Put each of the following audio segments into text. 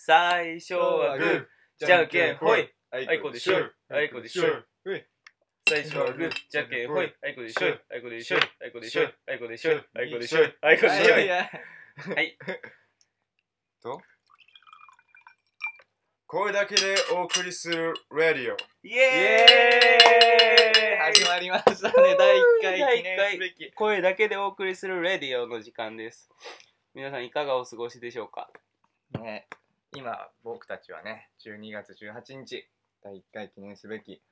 最初はグー、じゃんけんほい。あいこでしょい。あいこでしょい。最初はグー、じゃんけんほい。あいこでしょい。あいこでしょい。あいこでしょい。あいこでしょい。あいこでしょい。あいこでしょい。はい。 声だけでお送りするラディオ。 イエーイ始まりましたね。第1回記念すべき声だけでお送りするレディオの時間です。皆さんいかがお過ごしでしょうかね。今僕たちはね、12月18日第1回記念すべき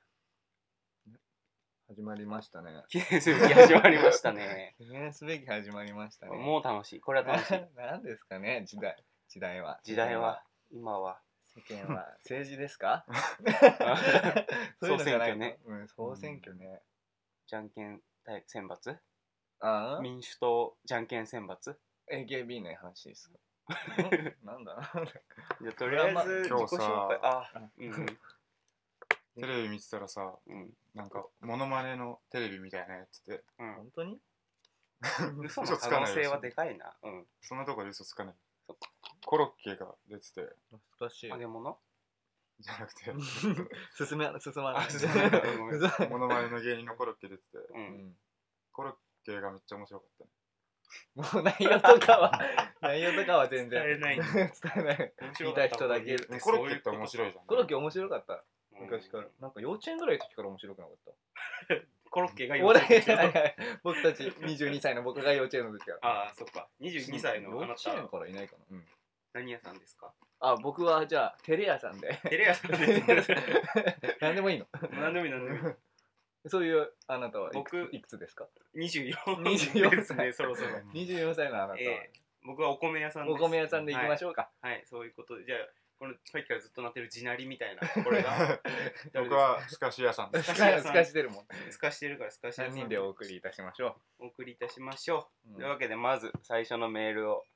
始まりましたね。 記念すべき始まりましたね。 記念すべき始まりましたね。 もう楽しい。これは楽しい。 何ですかね、時代は今は世間は政治ですか？ 総選挙ね。 総選挙ね。 じゃんけん選抜？ 民主党じゃんけん選抜？ AKB の話ですか？なんだじゃあとりあえず自己紹介。 テレビ見てたらさ、なんかモノマネのテレビみたいなやつで、 本当に嘘の可能性はでかいな。 そんなとこで嘘つかない。コロッケが出てて、 懐かしい。 揚げ物じゃなくて進まないモノマネの芸人のコロッケ出てて、コロッケがめっちゃ面白かったね。 もう内容とかは全然伝えない見た人だけ。 コロッケって面白いじゃん。 コロッケ面白かった。昔からなんか幼稚園ぐらいの時から面白くなかった。 コロッケが幼稚園の時僕たち22歳の僕が幼稚園の時から。 ああ、そっか。22歳の幼稚園からいないかな。 何屋さんですか？ 僕はじゃあテレ屋さんで。 テレ屋さんで何でもいいの？ 何でもいい。 そういうあなたは僕いくつですか ？24ですね、そろそろ。 24歳のあなたは。 僕はお米屋さんです。 お米屋さんで行きましょうか。 はい、そういうことで。じゃあこのさっきからずっと鳴ってる地鳴りみたいなこれが僕はスカシ屋さんです。 スカしてるもん。 スカしてるからスカシ屋さん。 3人でお送りいたしましょう。お送りいたしましょう。というわけでまず最初のメールを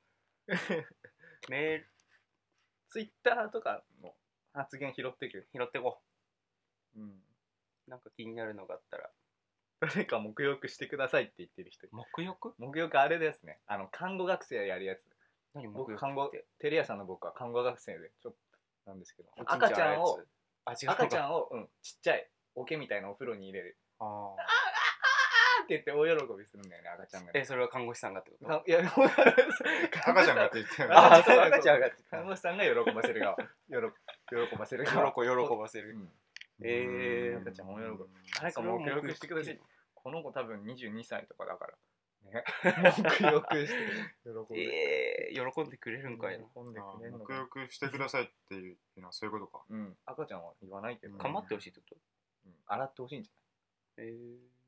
ツイッターとかの発言拾ってこう。なんか気になるのがあったら。 誰か沐浴してくださいって言ってる人。 沐浴あれですね。看護学生やるやつ。 僕テレ屋さんの僕は看護学生でちょっとなんですけど、赤ちゃんをちっちゃい桶みたいなお風呂に入れる。って言って大喜びするんだよね、赤ちゃんが。 それは看護師さんがってこと？ いや、 赤ちゃんがって言ってる。 赤ちゃんがって看護師さんが喜ばせる側。喜ばせる。赤ちゃん大喜び。誰か沐浴してください。この子多分22歳とかだから。沐浴して喜んでくれるんかいな。 沐浴してくださいっていうのはそういうことか。 赤ちゃんは言わないけど。 構ってほしいってこと？ 洗ってほしいんじゃない？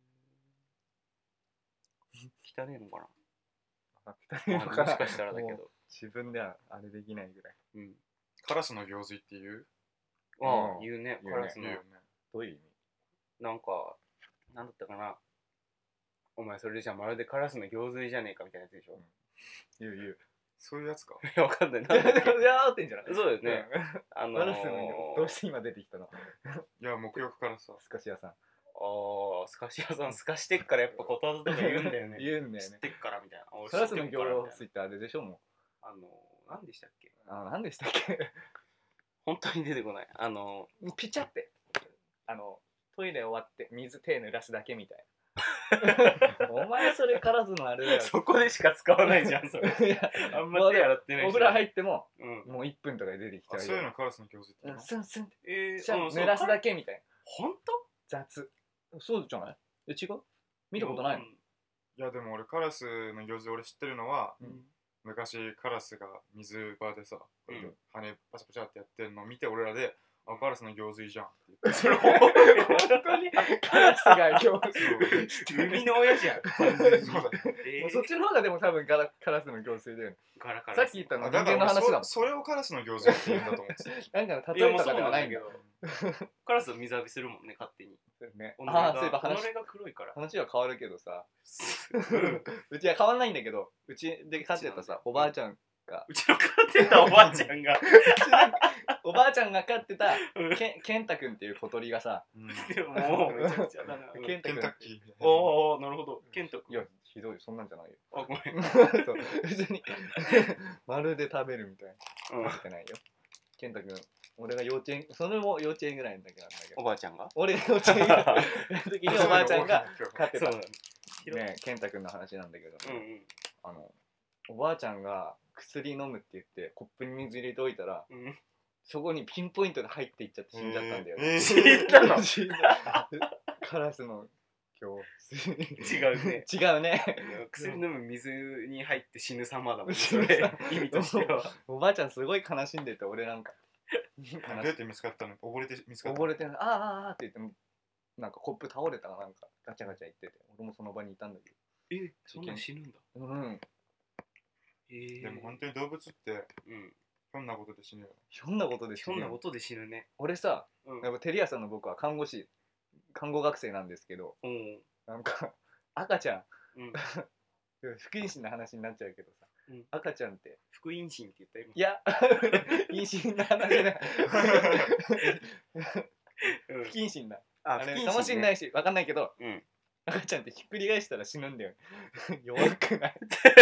汚ねえのかな。 汚ねえのかな。 もしかしたらだけど自分ではあれできないぐらい。 カラスの行水っていう？ 言うね。カラスの。 どういう意味？ なんかなんだったかな。お前それじゃまるでカラスの行水じゃねえかみたいなやつでしょ。 言う。 そういうやつか。 わかんない。 なんだっけ？ってんじゃない？ そうですね。 どうして今出てきたの？ いや、沐浴からさ。 スカシ屋さん。 スカシ屋さんスカしてっからやっぱことわざとか言うんだよね。 言うんだよね。 知ってっからみたいな。 カラスの行水ってあれでしょもう。何でしたっけ？ 何でしたっけ？ 本当に出てこない。 ピチャってトイレ終わって水手濡らすだけみたいな。お前それカラスのあれだよ。 そこでしか使わないじゃんそれ。あんま手洗ってないし。 お風呂入ってももう1分とかで出てきちゃうよ。 そういうのカラスの行水ってスンスンって濡らすだけみたいな。 本当？ 雑。そうじゃない？違う？見たことないの？ いやでも俺カラスの行水俺知ってるのは昔カラスが水場でさ羽パチャパチャってやってるのを見て俺らでカラスの行水じゃんって言って。 本当にカラスが行水。 生みの親じゃん。 そっちの方がでも多分カラスの行水だよね。さっき言ったの人間の話だもん。 それをカラスの行水って言うんだと思ってた。 なんか例えとかではないんだけど。 カラス水浴びするもんね勝手に。 そういえば話が黒いから。 話は変わるけどさ。うちは変わんないんだけど、うちで飼ってたさおばあちゃんが。 うちの飼ってたおばあちゃんが。 おばあちゃんが飼ってたケンタ君っていう小鳥がさ、 もうめちゃくちゃだな。 ケンタッキー。 おお、なるほど。ケンタ君。 いやひどい、そんなんじゃないよ。 あ、ごめん。 別にまるで食べるみたいな。食べてないよ。 健太くん俺が幼稚園それも幼稚園ぐらいの時なんだけどおばあちゃんが俺が幼稚園ぐらいの時におばあちゃんが飼ってたそうなんだね健太くんの話なんだけど、 うんおばあちゃんが薬飲むって言ってコップに水入れておいたら、 うんそこにピンポイントで入っていっちゃって死んじゃったんだよね、 死んだの死んだカラスの今日違うね違うね薬飲む水に入って死ぬ様だもんねそれ意味としてはおばあちゃんすごい悲しんでて俺なんかどうやって見つかったの？溺れて見つかったの？ 溺れてあーあーあーって言ってなんかコップ倒れたらなんかガチャガチャ言ってて俺もその場にいたんだけそんな死ぬんだどうんでも本当に動物ってひょんなことで死ぬよね。 ひょんなことで死ぬひょんなことで死ぬね俺さうんやっぱテリアさんの僕は看護学生なんですけどなんか赤ちゃんうん不謹慎な話になっちゃうけどさ、 うん赤ちゃんって福音心って言った今いや謹慎な話だうん不謹慎なああれかもしんないいし分かんないけどうん赤ちゃんってひっくり返したら死ぬんだよ弱くない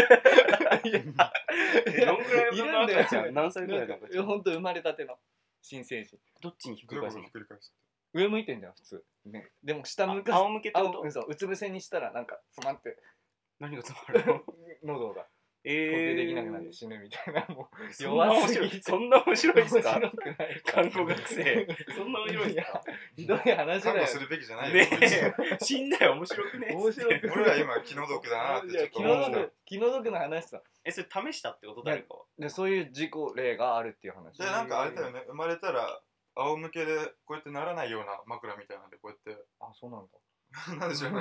どんぐらいの赤ちゃん何歳ぐらいの赤ちゃんほんと生まれたての新生児どっちにひっくどういうことり返すのひっくり返すって？ 上向いてんじゃん普通、ね、でも下向か仰向けってことそううつ伏せにしたらなんか詰まって何が詰まるの喉が呼え吸できなくなって死ぬみたいなもうそんな面白いそんな面白いですか面白くない看護学生そんな面白いですかひどい話だよ看護するべきじゃないよ。 ねえ死んだよ面白くね面白く俺ら今気の毒だなってちょっと思ってた。 気の毒な話さそれ試したってこと誰かはでそういう事故例があるっていう話でなんかあれだよね、生まれたら仰向けでこうやってならないような枕みたいなんでこうやってあそうなんだなんでしょうね。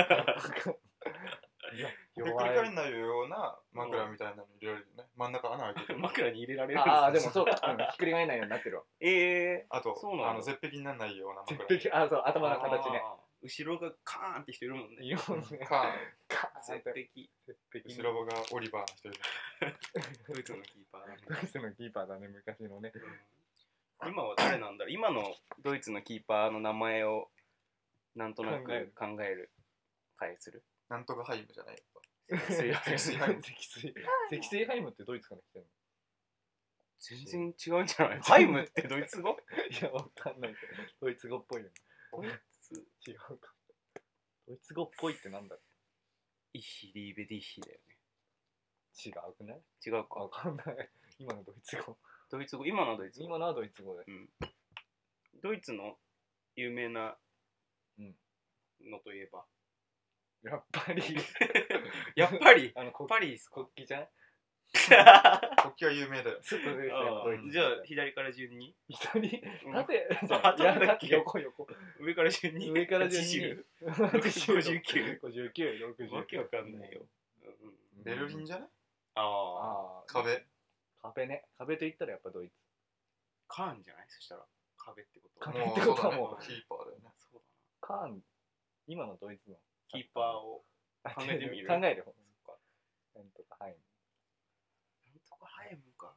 いやひっくり返んないような枕みたいなの入れられるね。真ん中穴開いてる。 枕に入れられるんああですもそうか、ひっくり返らないようになってるわあとそうなんだ絶壁にならないような枕。 絶壁そう頭の形ね後ろがカーンって人いるもんねいいよねかカーン絶壁絶壁後ろがオリバーの人いる。 ドイツのキーパーだねドイツのキーパーだね昔のね今は誰なんだろう今のドイツのキーパーの名前をなんとなく考える回するなんとかハイムじゃないやっぱ。 積水ハイム積水ハイムってドイツから来てる全然違うんじゃないハイムってドイツ語のいやわかんないけどドイツ語っぽいよねドイツ違うかドイツ語っぽいってなんだろイヒリーベディヒだよね違うくない違うかわかんない今のドイツ語ドイツ語今のはドイツ語今のはドイツ語でドイツの有名なうんのといえばやっぱりやっぱり国パリですか旗じゃん国旗は有名だよ。 ちょっとねあーじゃあ左から順に左うん縦あ縦だっけ横上から順に上から順に 80 5960 わけわかんないよベルリンじゃない？ ああ壁。 壁と言ったらやっぱドイツカーンじゃないそしたら壁ってこと壁もうってことはそうだねもうキーパーだよね。 そうだなカーン今のドイツのキーパーを考えてみる考えるそっかなんとかはいなんとかハイムか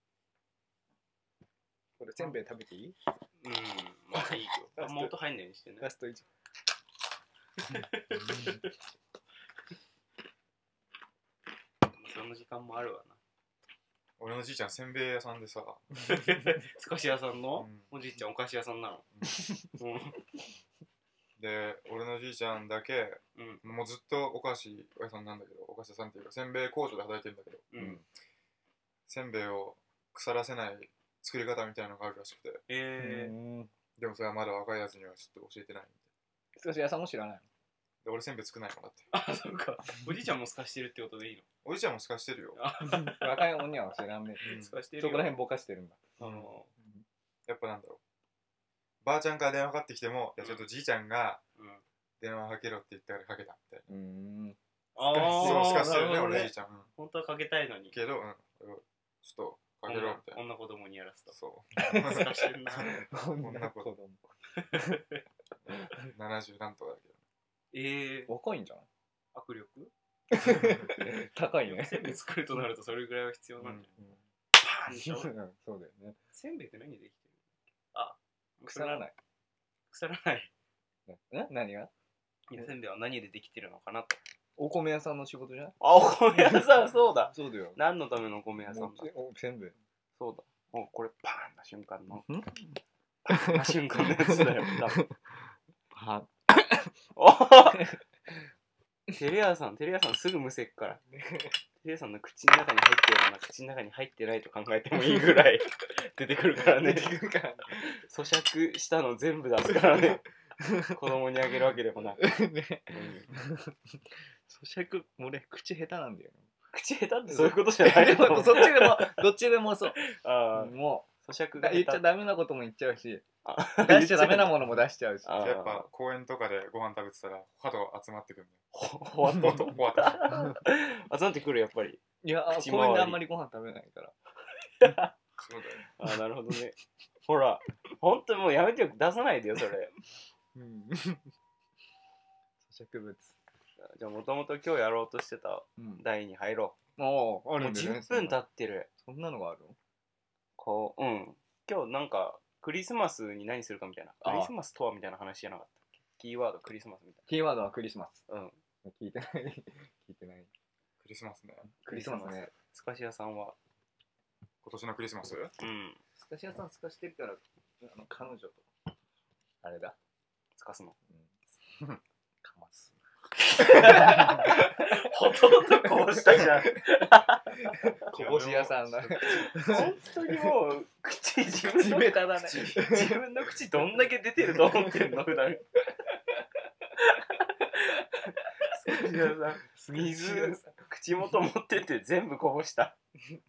これせんべい食べていいまあいいよあんま音入んないようにしてねラスト1 その時間もあるわな俺のじいちゃんせんべい屋さんでさ、 お菓子屋さんのうんおじいちゃんお菓子屋さんなので俺のじいちゃんだけうんもうずっとお菓子屋さんなんだけど、お菓子屋さんっていうかせんべい工場で働いてるんだけど、 うんせんべいを腐らせない作り方みたいなのがあるらしくて、でもそれはまだ若いやつにはちょっと教えてないみ少し屋さんも知らないたいで、俺せんべい作んないもんだって。 あそうかおじいちゃんもすかしてるってことでいいのおじいちゃんもすかしてるよ。 の若いもんには知らんねすかしてるよそこら辺ぼかしてるんだやっぱなんだろう、ばあちゃんから電話かかってきても、いやちょっとじいちゃんが電話かけろって言ったからかけたみたいな。 あそうすかしてるね、 なるほど俺のじいちゃん。 本当はかけたいのにけど、ちょっとかけろみたいな。 女子供にやらすとそう。 すかしてるな女子供 70何とかだ若いんじゃない握力高いねせんべい作るとなるとそれぐらいは必要なんだよパーンでしょそうだよねせんべいって何でできてるあ腐らない腐らない何がいやせんべいは何でできてるのかなとお米屋さんの仕事じゃないあお米屋さんそうだそうだよ何のためのお米屋さんだせんべいそうだもうこれパーンな瞬間のパーンな瞬間のやつだよ多分。 はおテレ屋さんすぐむせっから。テレ屋さんの口の中に入ってるような口の中に入ってないと考えてもいいぐらい出てくるからね。咀嚼したの全部出すからね。子供にあげるわけでもなく。 ね、咀嚼俺口下手なんだよね。 口下手ってそういうことじゃないの？ でもそっちでもどっちでもそう。 あもう咀嚼が言っちゃダメなことも言っちゃうし、 あ出しちゃダメなものも出しちゃうし。 あやっぱ公園とかでご飯食べてたらハト集まってくるんだよ。 ほわっとほわっと集まってくるやっぱり。 いや口周り公園であんまりご飯食べないから。 そうだよ。 あなるほどね。ほら本当にもうやめてよ、出さないでよそれ。 咀嚼物。 じゃあもともと今日やろうとしてた台に入ろう。 おお、あもうるんだね。 10分経ってる。 そんなのがあるの？ こう今日なんかクリスマスに何するかみたいな、クリスマスとはみたいな話じゃなかったっけ？キーワードクリスマスみたいキーワードはクリスマス。 な。 聞いてない聞いてない。 クリスマスね。 クリスマスね。 スカシ屋さんは今年のクリスマス？ スカシ屋さんスカしてるから彼女とあれだ。 スカすの。 かます。 ほとんどこぼしたじゃん。 こぼし屋さんだ。 本当にもう口自分のベタだね。 自分の口どんだけ出てると思ってんの普段。水口元持ってって全部こぼした。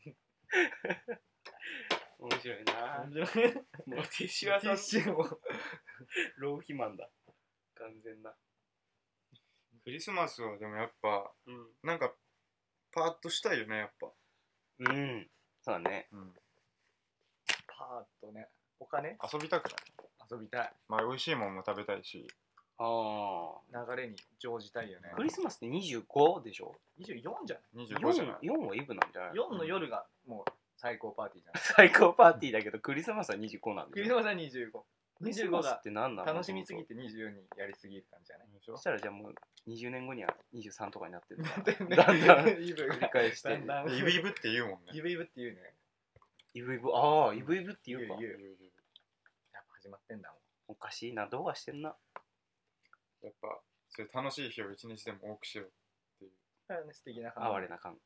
面白いな。もうティッシュ屋さん浪費マンだ完全な。 クリスマスはでもやっぱ、なんかパーッとしたいよねやっぱ。 そうだね。 パーッとね。お金遊びたくない？ 遊びたい。 まあ美味しいもんも食べたいし。 流れに乗じたいよね。 クリスマスって25でしょ？ 24じゃない？ 25じゃない ？4はイブなんじゃない？ 4の夜がもう最高パーティーじゃない？ 最高パーティーだけどクリスマスは25なんだ。 クリスマスは25。 クリスマスって何なの？ 楽しみすぎて24にやりすぎる感じじゃない？ そしたらじゃあもう20年後には23とかになってるね。 だんだんイブ繰り返してイブイブって言うもんね。 イブイブって言うね。 イブイブ、ああイブイブって言うか。 やっぱ始まってんだもん。 おかしいな、どうかしてんな。 やっぱそれ楽しい日を一日でも多くしようっていう。 素敵な哀れな感。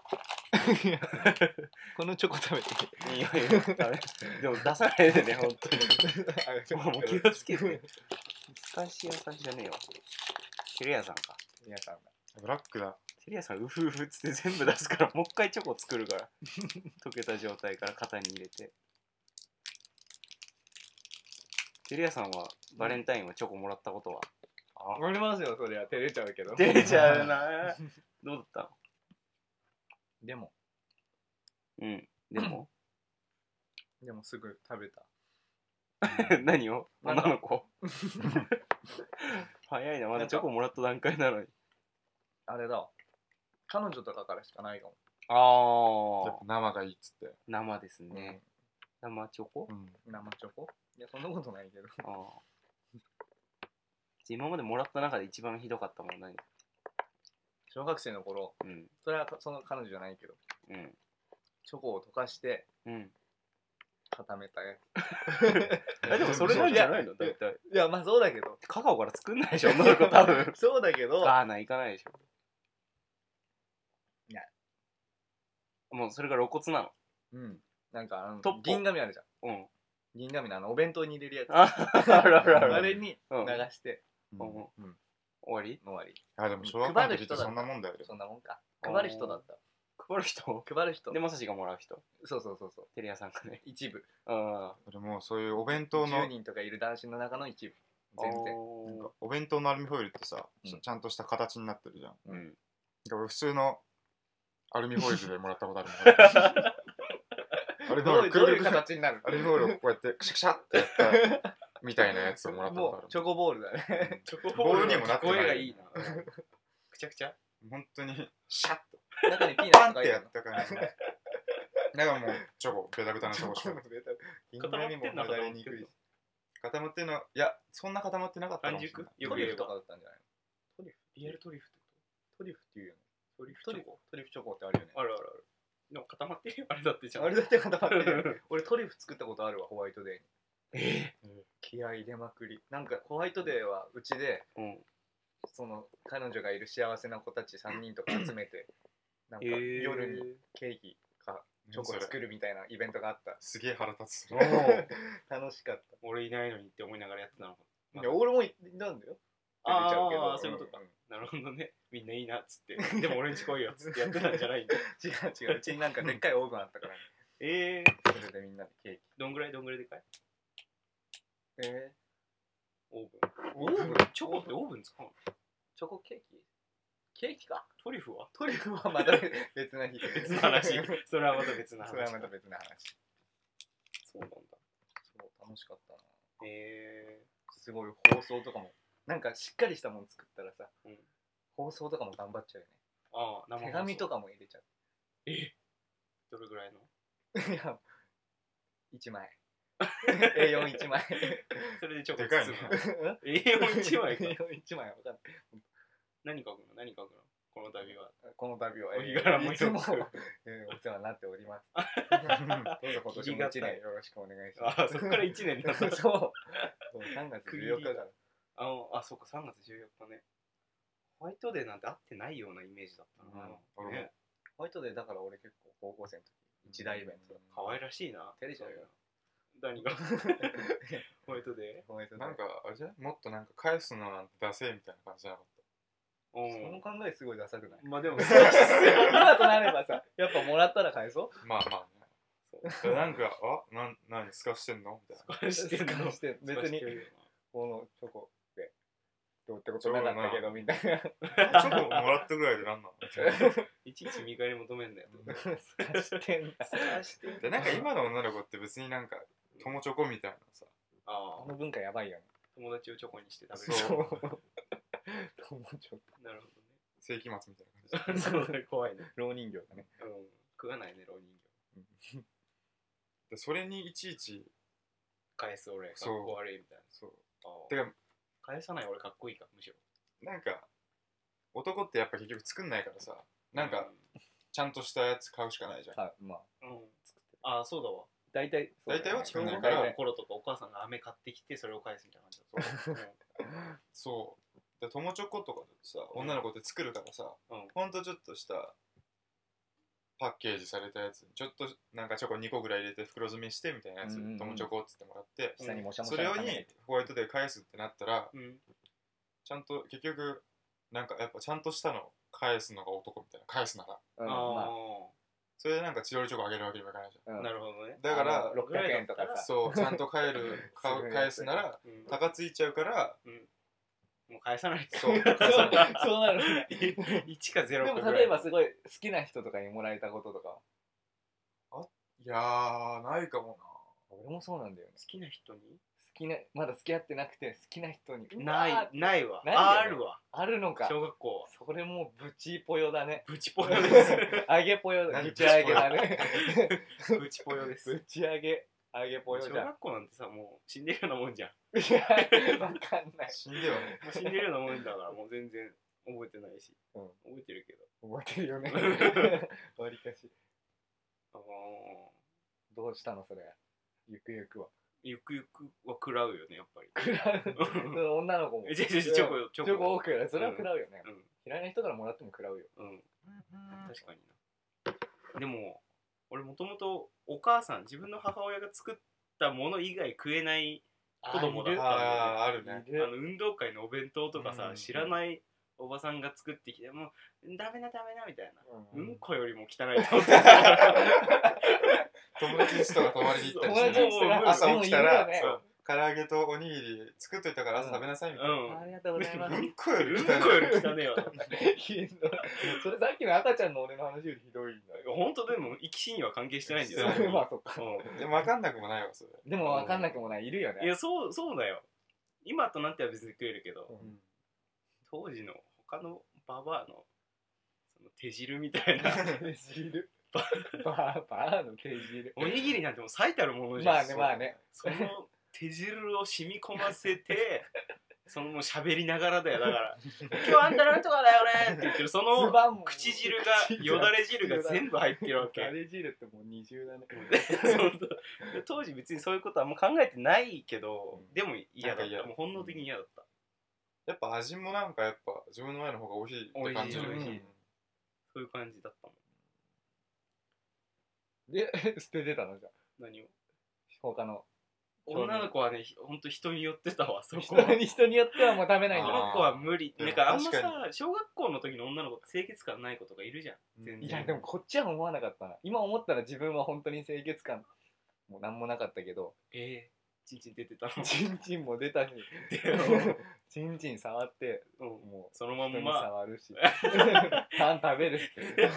このチョコ食べて。 いやでも出さないでね本当に。もう気をつけて。スカシ屋さんじゃねえわ。テレ屋さんか。 テレ屋さんだ。 ブラックだ。 テレ屋さんウフウフっつって全部出すからもう一回チョコ作るから溶けた状態から型に入れて。テレ屋さんはバレンタインはチョコもらったことは？ ありますよ、それは照れちゃうけど。 照れちゃうな。どうだったの？ でもでもすぐ食べた。 何を？女の子？早いな、まだチョコもらった段階なのに。 あれだ、彼女とかからしかないかも。 やっぱ生がいいっつって。 生ですね。生チョコ？ 生チョコ？いやそんなことないけど。 今までもらった中で一番ひどかったもん何？ 小学生の頃、それはその彼女じゃないけど、チョコを溶かして固めたやつ。 でもそれなんじゃないの？大体。 いやまあそうだけど、 カカオから作んないでしょ女の子多分。 そうだけどガーナ行かないでしょ。いやもうそれが露骨なの。 なんか銀紙あるじゃん。銀紙のお弁当に入れるやつ。あれに流して終わり？ でも小学校の時ってそんなもんだよ。 そんなもんか。配る人だった。 配る人でまさしがもらう人。 そうテレ屋さんがね一部。 俺もそういうお弁当の 10人とかいる男子の中の一部。全然お弁当のアルミホイルってさちゃんとした形になってるじゃん。俺普通のアルミホイルでもらったことあるもん。 どういう形になる？ アルミホイルをこうやってクシャクシャってやったみたいなやつをもらったことある。 チョコボールだね。 チョコボールにもなってない。 声がいいな。くちゃくちゃ本当にシャッと中にピーナッツがパンってやった感じ。なんかもうチョコベタベタなチョコしかない。 固まってんの？ 固まってんの？いやそんな固まってなかったかもしれない。 トリュフとかだったんじゃないの？ リアルトリュフってトリュフっていうよね。トリュフチョコってあるよね。 あるあるある。 でも固まってるよあれだってじゃん。 あれだって固まってる俺トリュフ作ったことあるわホワイトデーに気合い入れまくりなんかホワイトデーはうちでその彼女がいる幸せな子たち3人とか集めてなんか夜にケーキかチョコ作るみたいなイベントがあった。 すげえ腹立つ。 楽しかった。 俺いないのにって思いながらやってたのか。 いや俺もいたんだよ。 ああそういうことか。なるほどね。みんないいなっつってでも俺んち来いよっつってやってたんじゃないんだ。 違ううちになんかでっかいオーブンあったからね。それでみんなでケーキどんぐらいでかい？ オーブンチョコってオーブン使うの？ チョコケーキか。 トリュフはまた別な日別の話それはまた別な話。そうなんだ。 そう楽しかったな。 すごい放送とかもなんかしっかりしたもの作ったらさ、放送とかも頑張っちゃうよね。手紙とかも入れちゃう。 どれぐらいの？ いや1枚A41 枚それでちょっとでかいね。 A41 枚か。 A41 枚わかんない。 何書くのこの度はお日柄もいつもお世話になっております。どうぞ今年も1年よろしくお願いします。 そっから1年だった。 そう3月14日だ。 そうか3月14日ね。ホワイトデーなんて会ってないようなイメージだったな。 ホワイトデーだから俺結構高校生の時一大イベント。 可愛らしいな。 照れちゃうよ。 何がホワイトデーなんかあれじゃもっとなんか返すのなんてダセーみたいな感じじゃなかった。 その考えすごいダサくない？ まあでも今となればさやっぱもらったら返そう。 まあね。なんか何すかしてんのみたいな。 して別にこのチョコでどうってことなかったけどみたいな。 チョコもらったぐらいでなんなのみたいな。 いちいち見返り求めんなよ。 すかしてんだ。 でなんか今の女の子って別になんか友チョコみたいなさ。 あの文化やばいよね。 友達をチョコにして食べる。 そう友チョコ。 なるほどね。 世紀末みたいな感じ。 そう怖いね。 老人形だね。 食わないね老人形。 でそれにいちいち返す俺かっこ悪いみたいな。 そう。てか返さない俺かっこいいかむしろ。 なんか男ってやっぱ結局作んないからさ、なんかちゃんとしたやつ買うしかないじゃん。 そうだわ。 大体は作んないから。頃とかお母さんが飴買ってきてそれを返すみたいな感じだった。 そうで友チョコとかでさ女の子って作るからさ、ほんとちょっとしたパッケージされたやつちょっとなんかチョコ2個ぐらい入れて袋詰めしてみたいなやつ、友チョコっつってもらって、それにホワイトデー返すってなったら、ちゃんと結局なんかやっぱちゃんとしたの返すのが男みたいな。返すならそれでなんかチロルチョコあげるわけにもいかないじゃん。 なるほどね。 だから600円とかさ、 そうちゃんと返すなら高ついちゃうから、 もう返さないと。 そうなるね。 1か0か。 でも例えばすごい好きな人とかにもらえたこととか。 いやーないかもな。 俺もそうなんだよね。 好きな人にまだ付き合ってなくて好きな人にないわ。あるわ。 あるのか。 小学校はそれもうブチポヨだね。 ブチポヨです。 揚げポヨだ。ぶち揚げだね。 ブチポヨです。 ぶち揚げポヨじゃん。 小学校なんてさもう死んでるようなもんじゃん。 いやわかんない。 死んではね。 死んでるようなもんだからもう全然覚えてないし。覚えてるけど。 覚えてるよね。わりかし。どうしたのそれ。ゆくゆくは食らうよねやっぱり。 食らう。女の子も。 チョコ多くそれは食らうよね。嫌いな人からもらっても食らうよ。 確かにな。でも俺もともとお母さん自分の母親が作ったもの以外食えない子供だったんで、 あるね。 運動会のお弁当とかさ知らないおばさんが作ってきてもうダメなみたいな、うんこよりも汚いと思って友達の人が泊まりに行ったりして朝起きたら唐揚げとおにぎり作っといたから朝食べなさいみたいな。 ありがとうございます。 うんこより汚ねえわ。 それさっきの赤ちゃんの俺の話よりひどいんだよ。 本当でも生き死には関係してないんですよ。 まあそっか。 でも分かんなくもないわそれ。 でも分かんなくもないいるよね。 いやそうだよ。今となっては別に食えるけど、当時の他のババアのその手汁みたいな手汁バーの手汁おにぎりなんてもう最たるものじゃん。 まあねその手汁を染み込ませてそのもう喋りながらだよだから今日あんたなんとかだよねって言ってるその口汁がよだれ汁が全部入ってるわけ。 よだれ汁ってもう二重だね。 当時別にそういうことはあんま考えてないけど、でも嫌だった。もう本能的に嫌だった。 やっぱ味もなんかやっぱ自分の前の方が美味しいって感じる。 美味しい。そういう感じだったもん。で捨ててたのじゃ。 何を？ 他の。 女の子はね、ほんと人によってたわ、そこは。人によってはもう食べないんだ。 女の子は無理。なんかあんまさ、小学校の時の女の子って清潔感ない子とかいるじゃん。 いや、でもこっちは思わなかったな。今思ったら自分は本当に清潔感もうなんもなかったけど。 チンチン出てたの。 チンチンも出たし。チンチン触って、もうそのまんま触るし。パン食べるし。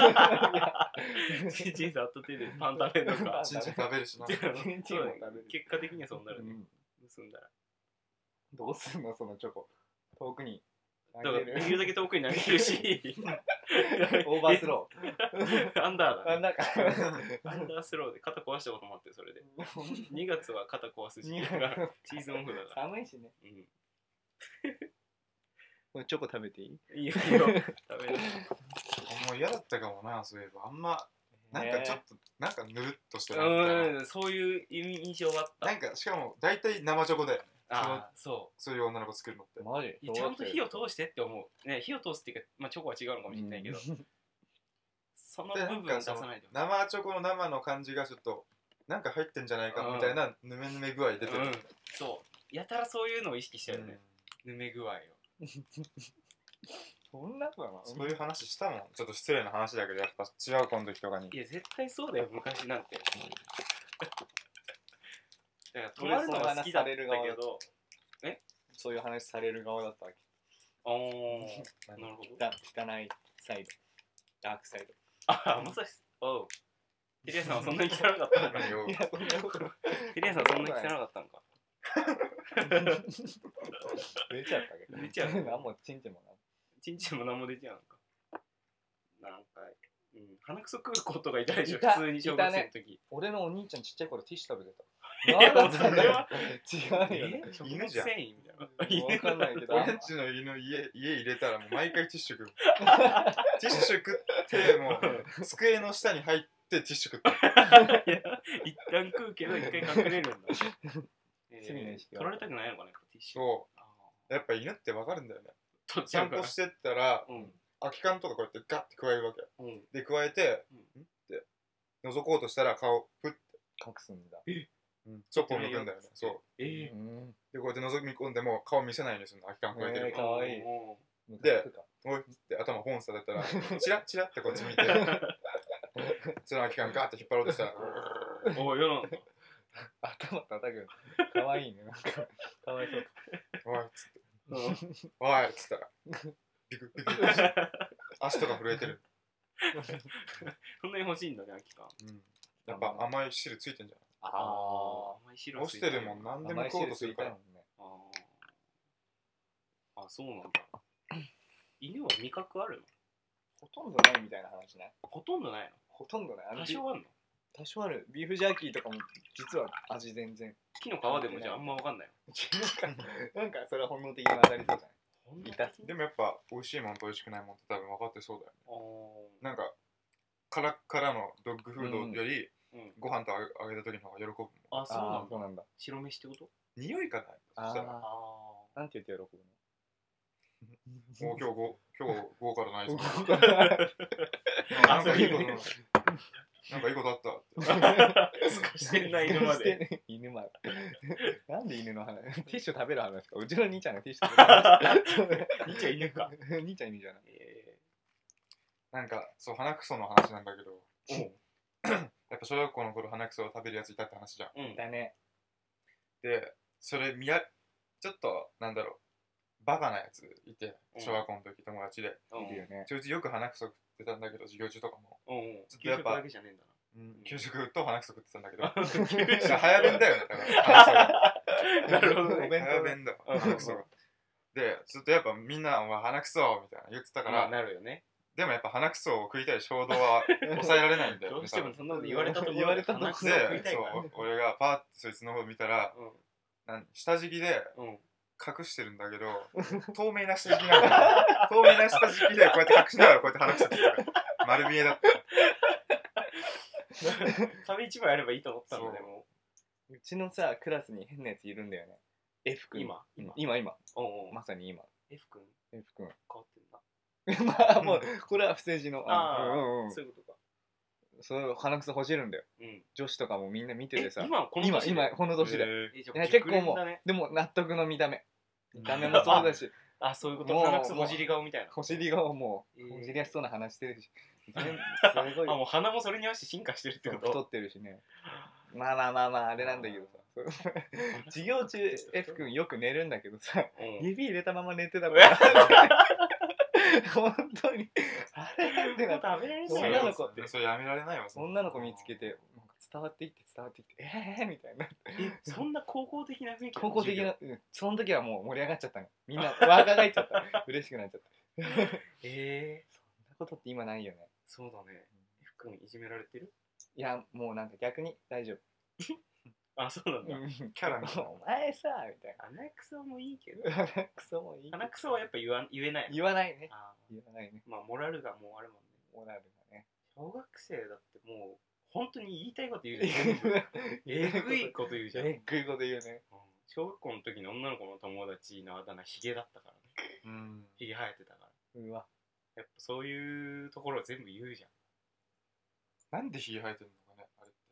チンチン触った手でパン食べるのか。 チンチン食べるしな。 チンチンも食べる。 結果的にはそうなるね。盗んだら。 どうすんのそのチョコ。遠くにだからできるだけ遠くに投げるしオーバースローアンダーだ、ね、 アンダースローで肩壊したこともあってそれで2月は肩壊す時期がシーズンオフだから寒いしね、これチョコ食べていい？ いいよ食べる。もう嫌だったかもな、そういえばあんまなんかちょっとなんかぬるっとしてるそういう印象はあった。 なんかしかも大体生チョコだよね。 そういう女の子作るのってマジちゃんと火を通してって思うね。火を通すっていうか、まあ、チョコは違うのかもしれないけど、その部分を出さないと。 生チョコの生の感じがちょっとなんか入ってんじゃないかみたいなぬめぬめ具合出てる、 そうやたらそういうのを意識しちゃうよね、ぬめ具合を。 そんなかな。 そういう話したもん。ちょっと失礼な話だけどやっぱ違う子の時とかに。 いや絶対そうだよ昔なんて。だから泊まるのが好きだったけど、 そういう話される側だったわけ。 なるほど。 汚いサイド、ダークサイド。 まさし、テリアさんはそんなに汚かったのか。テリアさんはそんなに汚かったのか。 出ちゃったけど。 出ちゃう。 何もチンチンもな。 チンチンも何も出ちゃうのか。なんか、鼻くそ食う子とかいたでしょ、普通に小学生の時。 俺のお兄ちゃんちっちゃい頃ティッシュ食べてた。 いや、それは違うよね。 犬じゃん。 わかんないけど。 俺んちの犬家入れたらもう毎回ティッシュ食う。ティッシュ食ってもう机の下に入ってティッシュ食って。 一旦食うけど一回隠れるんだ。取られたくないのかな、ティッシュ。 そう。やっぱ犬ってわかるんだよね。散歩してったら空き缶とかこうやってガッて加えるわけ。で加えてって覗こうとしたら顔プッて隠すんだ。 チョコを抜くんだよね。そう。でこうやって覗き込んでも顔見せないようにするの。空き缶加えてる。 かわいい。 で、おいって頭ポンされたらチラッチラッってこっち見てその空き缶ガッて引っ張ろうとしたらおい、よなんだ。 頭叩く。かわいいね。なんかかわいそう。 おいっつっておいっつったらビクビク足とか震えてる。 そんなに欲しいんだね、空き缶。 やっぱ甘い汁ついてんじゃない？ 甘い汁落ちてるもん何でも食おうとするから。 そうなんだ。犬は味覚あるの？ ほとんどないみたいな話ね。 ほとんどないの？ ほとんどない。 多少あるの？ 多少ある。ビーフジャーキーとかも実は味全然。 木の皮でもじゃああんま分かんないの。なんかそれは本能的に当たりそうじゃない？ でもやっぱ美味しいもんと美味しくないもんって多分分かってそうだよね。なんかカラッカラのドッグフードよりご飯とあげた時の方が喜ぶもん。 そうなんだ。 白飯ってこと？ 匂いかな。そしたらなんて言って喜ぶの？ もう今日豪華だないぞ。なんかいいことあったしてんな犬まで。 犬まで。なんで犬の話？ティッシュ食べる話か。うちの兄ちゃんがティッシュ食べる話。 兄ちゃん犬か。 兄ちゃん犬じゃない。 なんかそう鼻くその話なんだけど。やっぱ小学校の頃鼻くそを食べるやついたって話じゃん。 だね。 で、それちょっとなんだろう。バカなやついて、小学校の時友達で。 いるよね。 うちよく鼻くそ食ってたんだけど、授業中とかも。 給食だけじゃねえんだな。 給食と鼻くそ食ってたんだけど。早弁だよね、だから鼻くそが。 なるほどね。 早弁だ、鼻くそが。で、ずっとやっぱみんな鼻くそみたいな言ってたから、 なるよね。 でもやっぱ鼻くそを食いたい衝動は抑えられないんだよ。 どうしてもそんなこと言われたところで鼻くそを食いたいから。 俺がパーってそいつの方見たら、下敷きで隠してるんだけど透明な下敷きなんだよ透明な下敷きでこうやって隠しながらこうやって鼻くそつってた丸見えだった壁一枚あればいいと思ったんだね。もうちのさクラスに変なやついるんだよね。F 君。 今おうまさに今。 F 君変わってんな。 まあもうこれは不正字のそういうことか。 そう鼻くそほじるんだよ。女子とかもみんな見ててさ。今この年で。結構もうでも納得の見た目もそうだし。 そういうこと。鼻くそほじり顔みたいな。 ほじり顔もほじりやすそうな話してるし。 もう鼻もそれに合わせて進化してるってこと。 太ってるしね。まああれなんだけどさ。授業中 F 君よく寝るんだけどさ、指入れたまま寝てたから本当にあれなんてな食べられない女の子ってそれやめられないよ。 女の子見つけて伝わっていってみたいな。 そんな高校的な雰囲気。 高校的な、その時はもう盛り上がっちゃったね。みんな若返っちゃった嬉しくなっちゃったそんなことって今ないよね。 そうだね。F 君いじめられてる？ いやもうなんか逆に大丈夫そうなんだ。 キャラお前さみたいな。 鼻くそもいいけど。 鼻くそもいい。 鼻くそはやっぱ言えない。 言わないね。 まあモラルがもうあるもんね。 モラルがね。 小学生だってもう本当に言いたいこと言うじゃん。えぐいこと言うじゃん。 えぐいこと言うね。 小学校の時の女の子の友達のあだ名ヒゲだったからね。ヒゲ生えてたから。 うわ。 やっぱそういうところを全部言うじゃん。なんでヒゲ生えてるのかねあれって。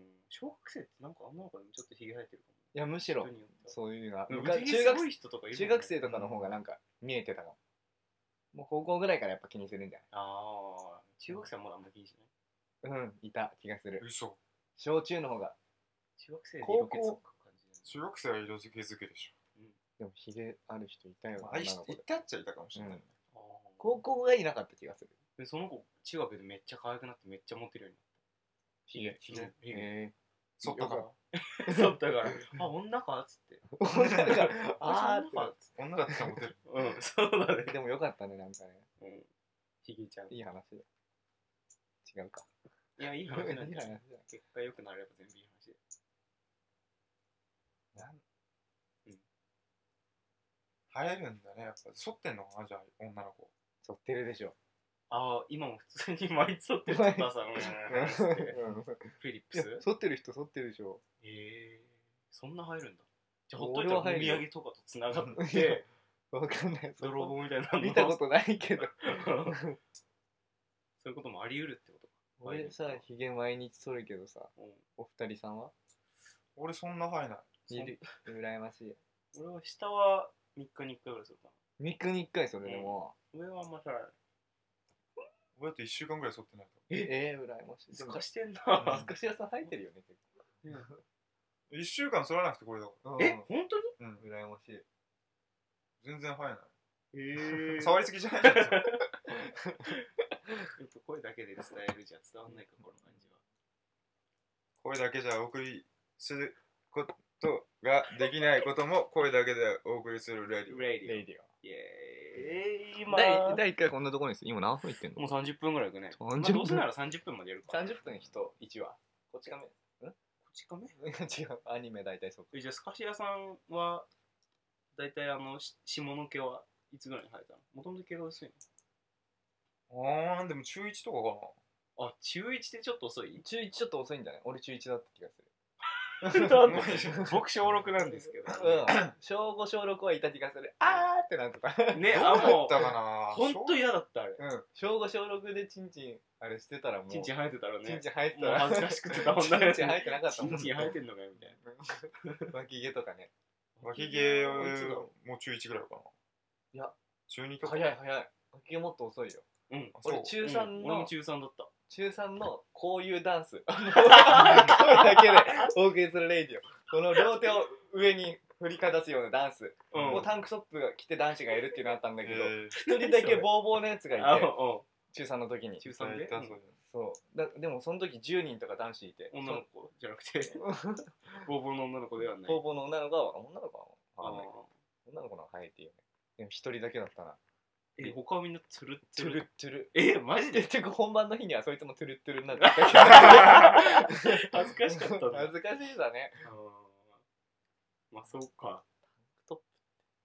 小学生ってなんか女の子でもちょっとヒゲ生えてるかも。 いやむしろそういうのは中学生とかの方がなんか見えてたかも。もう高校ぐらいからやっぱ気にするんじゃない？ 中学生はまだあんま気にしない。いた気がする。 嘘。 小中の方が。 中学生で色気づく感じ。 中学生は色気づくでしょ。 でもヒゲある人いたよ。 いたっちゃいたかもしれない。 高校がいなかった気がする。 その子中学でめっちゃ可愛くなってめっちゃモテるようになった。ヒゲ。 そったから女かっつって女だから女だったらモテる。 そうだね。 でもよかったねなんかね。 ヒゲちゃんいい話だ。違うか。 いやいい話なんだ。結果良くなれば全部いい話で。 生えるんだねやっぱ。剃ってんのかなじゃあ女の子。 剃ってるでしょ。 今も普通に毎日剃ってる人ださフィリップス。 剃ってる人剃ってるでしょ。 そんな生えるんだ。じゃあほっといたらお土産とかとつながってわかんない。 泥棒みたいなの見たことないけどそういうこともあり得るってことか。 俺さヒゲ毎日剃るけどさ、お二人さんは？ 俺そんな生えない。 羨ましい。 俺は下は3日に1回ぐらい剃った。 3日に1回それでも上はあんま剃らない。 俺だって1週間ぐらい剃ってないと。 羨ましい。 すかしてんな。 すかし屋さん生えてるよね結構。 1週間剃らなくてこれだから。 本当に？ 羨ましい。 全然生えない。触りすぎじゃないじゃん。 声だけで伝えるじゃ伝わんないかこの感じは。 声だけじゃお送りすることができないことも声だけでお送りするレディオ。 イエーイ。今第1回こんなところにす。今何分いってんの？ もう30分ぐらいいくね。どうせなら30分までやるか。30分人1話。こっち亀？こっち亀？違う。アニメ大体そう。じゃあスカシ屋さんは大体下の毛はいつぐらいに生えたの？もともと毛が薄いの？でも中1とかかな。中1ってちょっと遅い？ 中1ちょっと遅いんじゃない？俺中1だった気がする。 僕小6なんですけど、 小5小6はいた気がする。ってなってたね。 もうほんと嫌だったあれ。 小5小6でチンチンあれしてたらもうチンチン生えてたらね。 チンチン生えてたら恥ずかしくてたもんね。 チンチン生えてなかったもん。 チンチン生えてんのかよみたいな。脇毛とかね。 脇毛もう中1ぐらいかな。 いや中2とか。 早い脇毛もっと遅いよ。俺中3の俺も中3だった。 中3のこういうダンス声だけでお送りするレイディオ。この両手を上に振りかざすようなダンスをタンクトップが着て男子がいるっていうのあったんだけど、一人だけボーボーのやつがいて、中3の時に。 中3で？ そうでもその時10人とか男子いて、 女の子じゃなくてボーボーの女の子ではない。 ボーボーの女の子は女の子の生えていいよね。でも一人だけだったな。 他はみんなトゥルトゥルトゥル。 マジで？ てか本番の日にはそいつもトゥルトゥルになってた。 恥ずかしかった。 恥ずかしいだね。 まあそうか。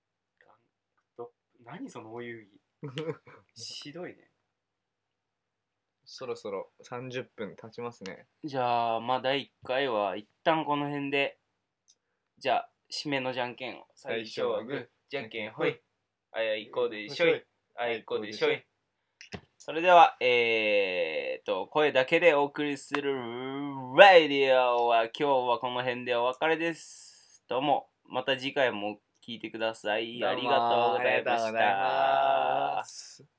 何そのお遊戯。ひどいね。 そろそろ30分経ちますね。 じゃあ、まあ第1回は一旦この辺で、じゃあ、締めのじゃんけんを。最初はグー、じゃんけんほい。あやいこでしょい。あいこでしょい。それでは、声だけでお送りするラディオは今日はこの辺でお別れです。どうも、また次回も聞いてください。ありがとうございました。